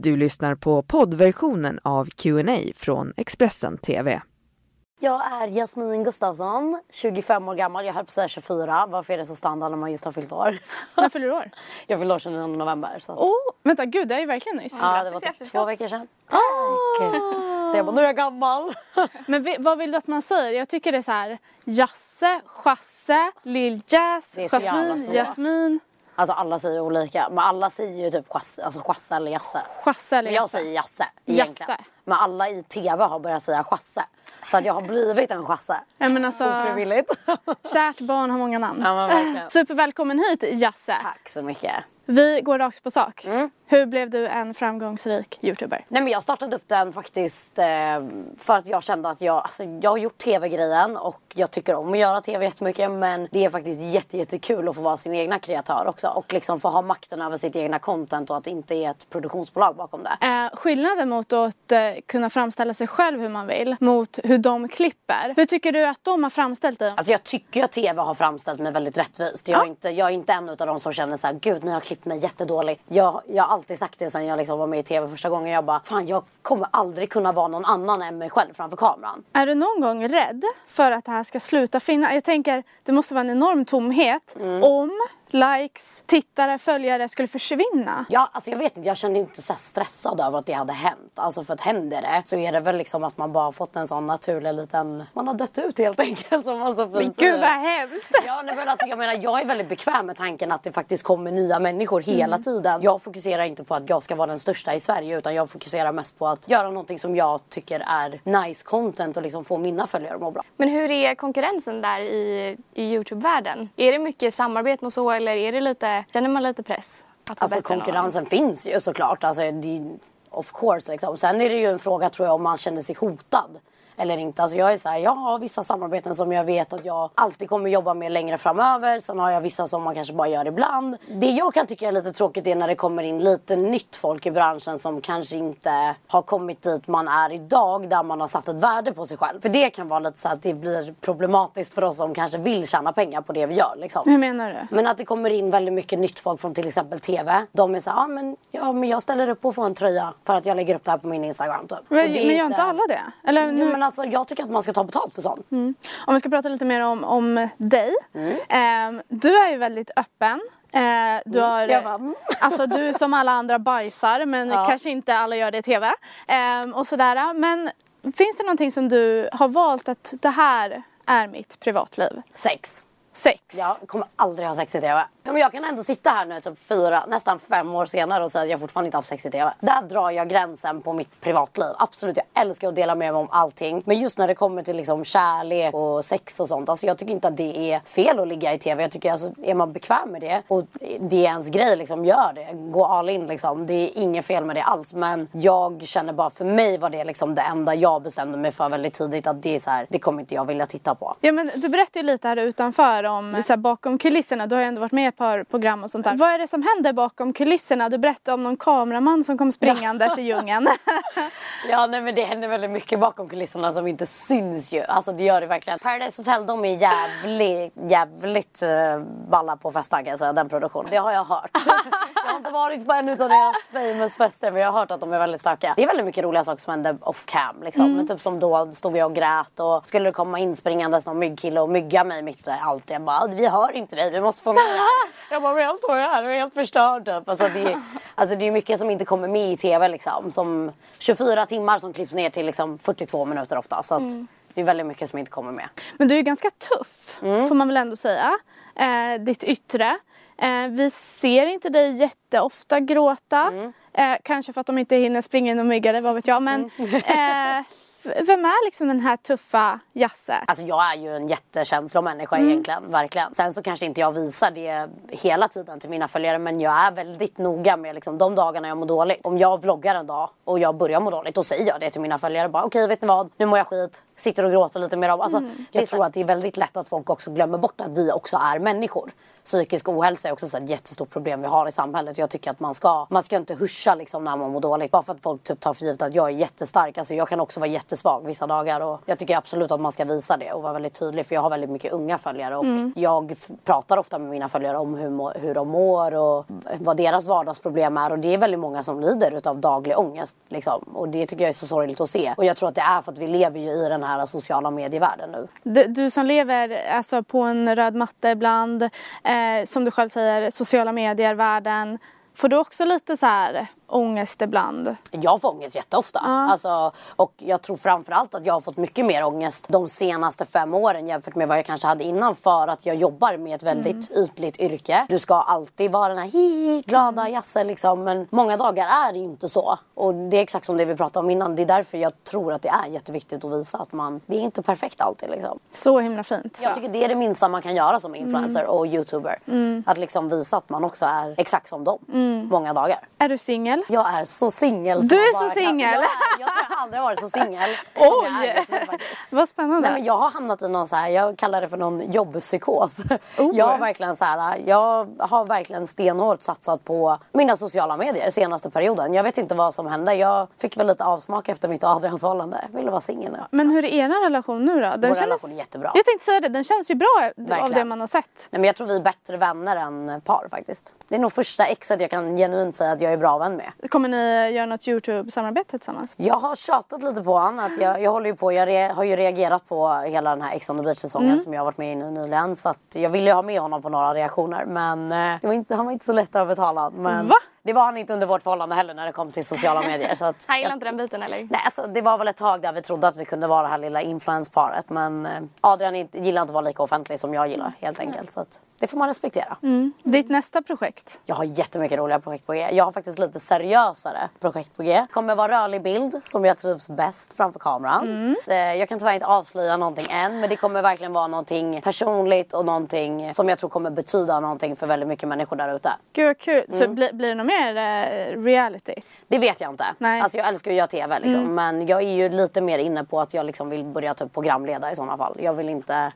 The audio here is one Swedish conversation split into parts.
Du lyssnar på poddversionen av Q&A från Expressen TV. Jag är Jasmin Gustafsson, 25 år gammal. Jag höll på att säga 24. Varför är det så standard när man just har fyllt år? När fyller du år? Jag fyller år 29 november. Så att... Vänta, gud, det är ju verkligen nyss. Ja, det var typ 2 veckor sedan. Tack! Så jag bara, nu är jag gammal. Men vad vill du att man säger? Jag tycker det är så här: Jasse, Chasse, Lill-Jazz, Jasmin. Alltså alla säger olika. Men alla säger ju typ Chasse eller Jasse. Chasse eller Men jag Jasse. säger Jasse egentligen. Jasse. Men alla i tv har börjat säga Chasse. Så att jag har blivit en Chasse. Ja, men alltså, ofrivilligt. kärt barn har många namn. Ja, men verkligen. Supervälkommen hit, Jasse. Tack så mycket. Vi går rakt på sak. Hur blev du en framgångsrik YouTuber? Nej, men jag startade upp den faktiskt för att jag kände att jag har gjort tv-grejen och jag tycker om att göra tv jättemycket, men det är faktiskt jättekul att få vara sin egna kreatör också och liksom få ha makten över sitt egna content och att det inte är ett produktionsbolag bakom det. Skillnaden mot att kunna framställa sig själv hur man vill mot hur de klipper. Hur tycker du att de har framställt dig? Alltså jag tycker att tv har framställt mig väldigt rättvist. Jag är inte en av de som känner så här: gud, ni har klippt mig jättedåligt. Jag har alltid sagt det sen jag liksom var med i tv första gången. Jag bara, fan, jag kommer aldrig kunna vara någon annan än mig själv framför kameran. Är du någon gång rädd för att det här ska sluta finnas? Jag tänker, det måste vara en enorm tomhet om likes, tittare, följare skulle försvinna. Ja, alltså jag vet inte, jag kände inte så stressad över att det hade hänt. Alltså för att händer det så är det väl liksom att man bara fått en sån naturlig liten... Man har dött ut helt enkelt, som man så fint Men gud vad hemskt! Ja, nej, men alltså, jag menar, jag är väldigt bekväm med tanken att det faktiskt kommer nya människor hela tiden. Jag fokuserar inte på att jag ska vara den största i Sverige, utan jag fokuserar mest på att göra någonting som jag tycker är nice content och liksom få mina följare att må bra. Men hur är konkurrensen där i YouTube-världen? Är det mycket samarbete och så, eller är det lite, känner man lite press? Alltså konkurrensen finns ju såklart, alltså, of course liksom. Sen är det ju en fråga, tror jag, om man känner sig hotad eller inte. Alltså jag är så här, jag har vissa samarbeten som jag vet att jag alltid kommer jobba med längre framöver. Sen har jag vissa som man kanske bara gör ibland. Det jag kan tycka är lite tråkigt är när det kommer in lite nytt folk i branschen som kanske inte har kommit dit man är idag, där man har satt ett värde på sig själv. För det kan vara lite så att det blir problematiskt för oss som kanske vill tjäna pengar på det vi gör liksom. Hur menar du? Men att det kommer in väldigt mycket nytt folk från till exempel tv. De är så här, men jag ställer upp på att få en tröja för att jag lägger upp det här på min Instagram typ. Men gör inte alla det? Eller nu... Ja, men alltså, jag tycker att man ska ta betalt för sånt. Om vi ska prata lite mer om dig. Du är ju väldigt öppen. Du har, alltså du som alla andra bajsar, men kanske inte alla gör det i tv. Och sådär. Men finns det någonting som du har valt att det här är mitt privatliv? Sex. Jag kommer aldrig ha sex i tv. Ja, men jag kan ändå sitta här nu typ nästan 5 år senare och säga att jag fortfarande inte har sex i tv. Där drar jag gränsen på mitt privatliv. Absolut, jag älskar att dela med mig om allting. Men just när det kommer till liksom kärlek och sex och sånt, alltså jag tycker inte att det är fel att ligga i tv. Jag tycker alltså, är man bekväm med det och det är ens grej, liksom, gör det. Gå all in liksom. Det är inget fel med det alls. Men jag känner bara, för mig var det liksom det enda jag bestämde mig för väldigt tidigt, att det är så här, det kommer inte jag vilja titta på. Ja, men du berättade ju lite här utanför om så här, bakom kulisserna. Du har ju ändå varit med i ett par program och sånt där. Vad är det som händer bakom kulisserna? Du berättade om någon kameraman som kom springandes i djungeln. Ja, nej, men det händer väldigt mycket bakom kulisserna som inte syns ju. Alltså det gör det verkligen. Paradise Hotel, de är jävligt balla på festdag, alltså, den produktionen. Det har jag hört. Jag har inte varit på en av deras famous fester, men jag har hört att de är väldigt starka. Det är väldigt mycket roliga saker som händer off cam liksom. Men typ som då stod jag och grät och skulle det komma inspringandes någon myggkille och mygga mig mitt i allt. Jag bara, vi hör inte dig, vi måste få med det här. Jag bara, men jag står här och är helt förstörd typ. Alltså det är mycket som inte kommer med i tv liksom. Som 24 timmar som klipps ner till liksom 42 minuter ofta. Så att det är väldigt mycket som inte kommer med. Men du är ganska tuff, får man väl ändå säga. Ditt yttre. Vi ser inte dig jätteofta gråta. Kanske för att de inte hinner springa in och mygga dig, vad vet jag. Men vem är liksom den här tuffa Jasse? Alltså jag är ju en jättekänslomänniska egentligen, verkligen. Sen så kanske inte jag visar det hela tiden till mina följare, men jag är väldigt noga med liksom, de dagarna jag mår dåligt. Om jag vloggar en dag och jag börjar må dåligt, då säger jag det till mina följare. Bara, okej, vet ni vad? Nu mår jag skit. Sitter och gråter lite med dem. Alltså, jag tror att det är väldigt lätt att folk också glömmer bort att vi också är människor. Psykisk ohälsa är också ett jättestort problem vi har i samhället. Jag tycker att man ska inte huscha liksom när man mår dåligt. Bara för att folk typ tar för givet att jag är jättestark. Alltså jag kan också vara jättesvag vissa dagar och jag tycker absolut att man ska visa det och vara väldigt tydlig, för jag har väldigt mycket unga följare och jag pratar ofta med mina följare om hur de mår och vad deras vardagsproblem är, och det är väldigt många som lider utav daglig ångest liksom. Och det tycker jag är så sorgligt att se, och jag tror att det är för att vi lever ju i den här sociala medievärlden nu. Du som lever alltså på en röd matta ibland, som du själv säger, sociala medier-världen, får du också lite så här ångest ibland? Jag får ångest jätteofta. Alltså, och jag tror framförallt att jag har fått mycket mer ångest de senaste 5 åren jämfört med vad jag kanske hade innan, för att jag jobbar med ett väldigt ytligt yrke. Du ska alltid vara den här glada jasse liksom, men många dagar är det inte så. Och det är exakt som det vi pratade om innan. Det är därför jag tror att det är jätteviktigt att visa att det är inte perfekt alltid liksom. Så himla fint. Jag tycker det är det minsta man kan göra som influencer och youtuber. Att liksom visa att man också är exakt som dem många dagar. Är du singel? Jag är så singel. Du är så singel? Jag tror jag aldrig varit så singel. Oj! Vad spännande. Nej, men jag har hamnat i någon så här, jag kallar det för någon jobbpsykos. Jag har verkligen så här, jag har verkligen stenhårt satsat på mina sociala medier senaste perioden. Jag vet inte vad som hände. Jag fick väl lite avsmak efter mitt Adrians förhållande. Jag ville vara singel nu. Men hur är er relation nu då? Vår relation är jättebra. Jag tänkte säga det, den känns ju bra av det man har sett. Nej, men jag tror vi är bättre vänner än par faktiskt. Det är nog första exet jag kan genuint säga att jag är bra vän med. Kommer ni göra något YouTube-samarbete tillsammans? Jag har tjatat lite på honom. Att jag håller ju på, har ju reagerat på hela den här Ex on the Beach-säsongen som jag har varit med i nu nyligen. Så att jag ville ju ha med honom på några reaktioner. Men han var inte så lätt att betala. Men Va? Det var han inte under vårt förhållande heller när det kom till sociala medier. Så att Han gillar inte den biten eller? Nej, alltså, det var väl ett tag där vi trodde att vi kunde vara det här lilla influensparet. Men Adrian gillar inte att vara lika offentlig som jag gillar helt enkelt. Så att det får man respektera. Ditt nästa projekt? Jag har jättemycket roliga projekt på G. Jag har faktiskt lite seriösare projekt på G. Kommer vara rörlig bild som jag trivs bäst framför kameran. Jag kan tyvärr inte avslöja någonting än. Men det kommer verkligen vara någonting personligt och någonting som jag tror kommer betyda någonting för väldigt mycket människor där ute. Gud vad kul. Så blir det något mer reality? Det vet jag inte. Nej. Alltså jag älskar ju att göra TV liksom. Men jag är ju lite mer inne på att jag liksom vill börja typ programleda i sådana fall. Jag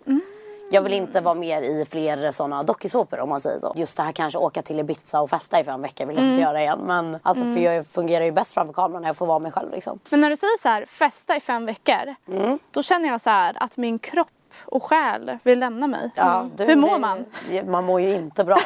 vill inte vara mer i fler sådana dokusåpor om man säger så. Just det här kanske åka till Ibiza och festa i 5 veckor vill jag inte göra igen. Men alltså för jag fungerar ju bäst framför kameran när jag får vara mig själv liksom. Men när du säger så här, festa i 5 veckor. Då känner jag så här att min kropp och själ vill lämna mig. Ja, Hur mår man? Man mår ju inte bra.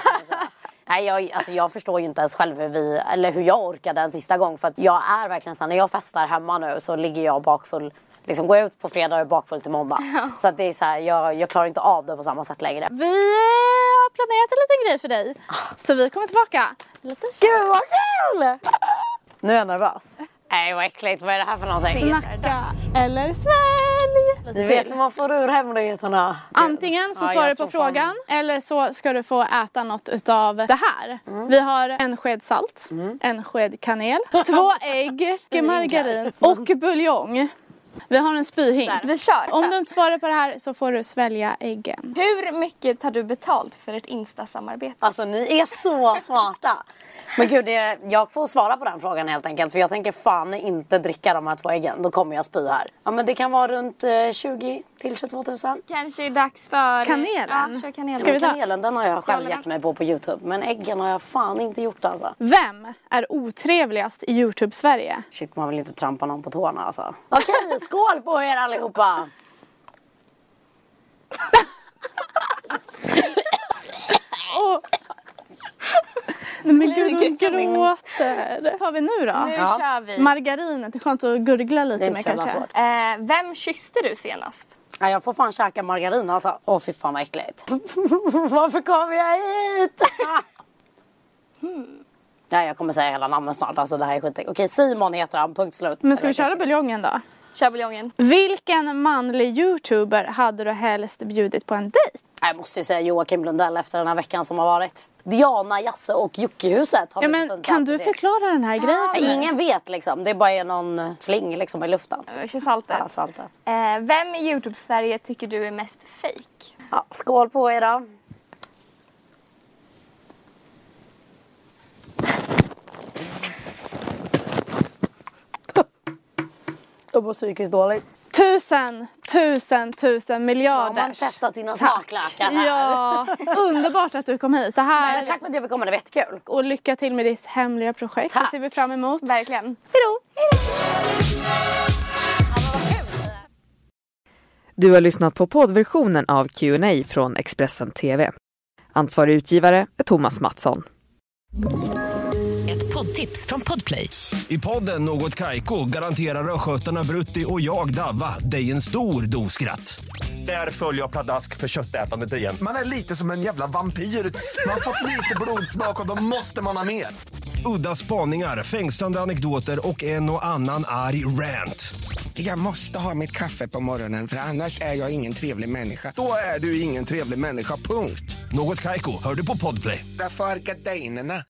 Nej, jag förstår ju inte ens själv hur jag orkade en sista gång. För att jag är verkligen så här, när jag festar hemma nu så ligger jag bakfull. Liksom går jag ut på fredag och är bakfull till måndag. Ja. Så att det är så här, jag klarar inte av det på samma sätt längre. Vi har planerat en liten grej för dig. Så vi kommer tillbaka. Gud vad kul! Nu är jag nervös. Nej vad äckligt, vad är det här för någonting? Snacka eller svälj. Du vet hur man får ur hemligheterna. Antingen så svarar du på frågan eller så ska du få äta något utav det här. Vi har en sked salt, en sked kanel, 2 ägg, margarin och buljong. Vi har en spyhink. Vi kör. Om du inte svarar på det här så får du svälja äggen. Hur mycket tar du betalt för ett Insta-samarbete? Alltså ni är så smarta. Men gud, jag får svara på den frågan helt enkelt. För jag tänker fan inte dricka de här 2 äggen. Då kommer jag spy här. Ja men det kan vara runt 20 till 22 000. Kanske är dags för... Kanelen. Ja, kör kanelen. Ska vi ta? Kanelen den har jag själv gett mig på YouTube. Men äggen har jag fan inte gjort alltså. Vem är otrevligast i YouTube-Sverige? Shit, man vill inte trampa någon på tårna alltså. Okej, skål på er allihopa! Nej men gud, hon gråter. Vad har vi nu då? Nu kör vi. Margarinet, det är skönt att gurgla lite med kanske. Vem kysste du senast? Ja, jag får fan käka margarin alltså. Åh fy fan vad äckligt. Varför kom jag hit? Nej, jag kommer säga hela namnet snart. Alltså det här är skitäckligt. Okej, Simon heter han, punkt slut. Men ska vi köra buljongen då? Kör buljongen. Vilken manlig YouTuber hade du helst bjudit på en dejt? Jag måste ju säga Joakim Lundell efter den här veckan som har varit. Diana, Jasse och Jockehuset har ja, men kan du förklara den här grejen för mig? Ingen vet liksom. Det är bara någon fling liksom i luften. Kör saltet. Ja, saltet. Vem i YouTube-Sverige tycker du är mest fake? Ja, skål på er då. Jag mår psykiskt dåligt. 1000 miljarder. Har man testat sina smaklökar här? Ja, underbart att du kom hit. Det här... Men tack för att jag fick komma, det var jättekul. Och lycka till med ditt hemliga projekt. Tack. Det ser vi fram emot. Verkligen. Hejdå! Ja, men vad kul. Du har lyssnat på poddversionen av Q&A från Expressen TV. Ansvarig utgivare är Thomas Mattsson. Ett poddtips från Podplay. I podden Något Kaiko garanterar röskötarna Brutti och jag Davva dig en stor doskratt. Där följer jag pladask för köttätandet igen. Man är lite som en jävla vampyr. Man har fått lite blodsmak och då måste man ha mer. Udda spaningar, fängslande anekdoter och en och annan arg rant. Jag måste ha mitt kaffe på morgonen för annars är jag ingen trevlig människa. Då är du ingen trevlig människa, punkt. Något Kaiko, hör du på Podplay. Därför är gardinerna.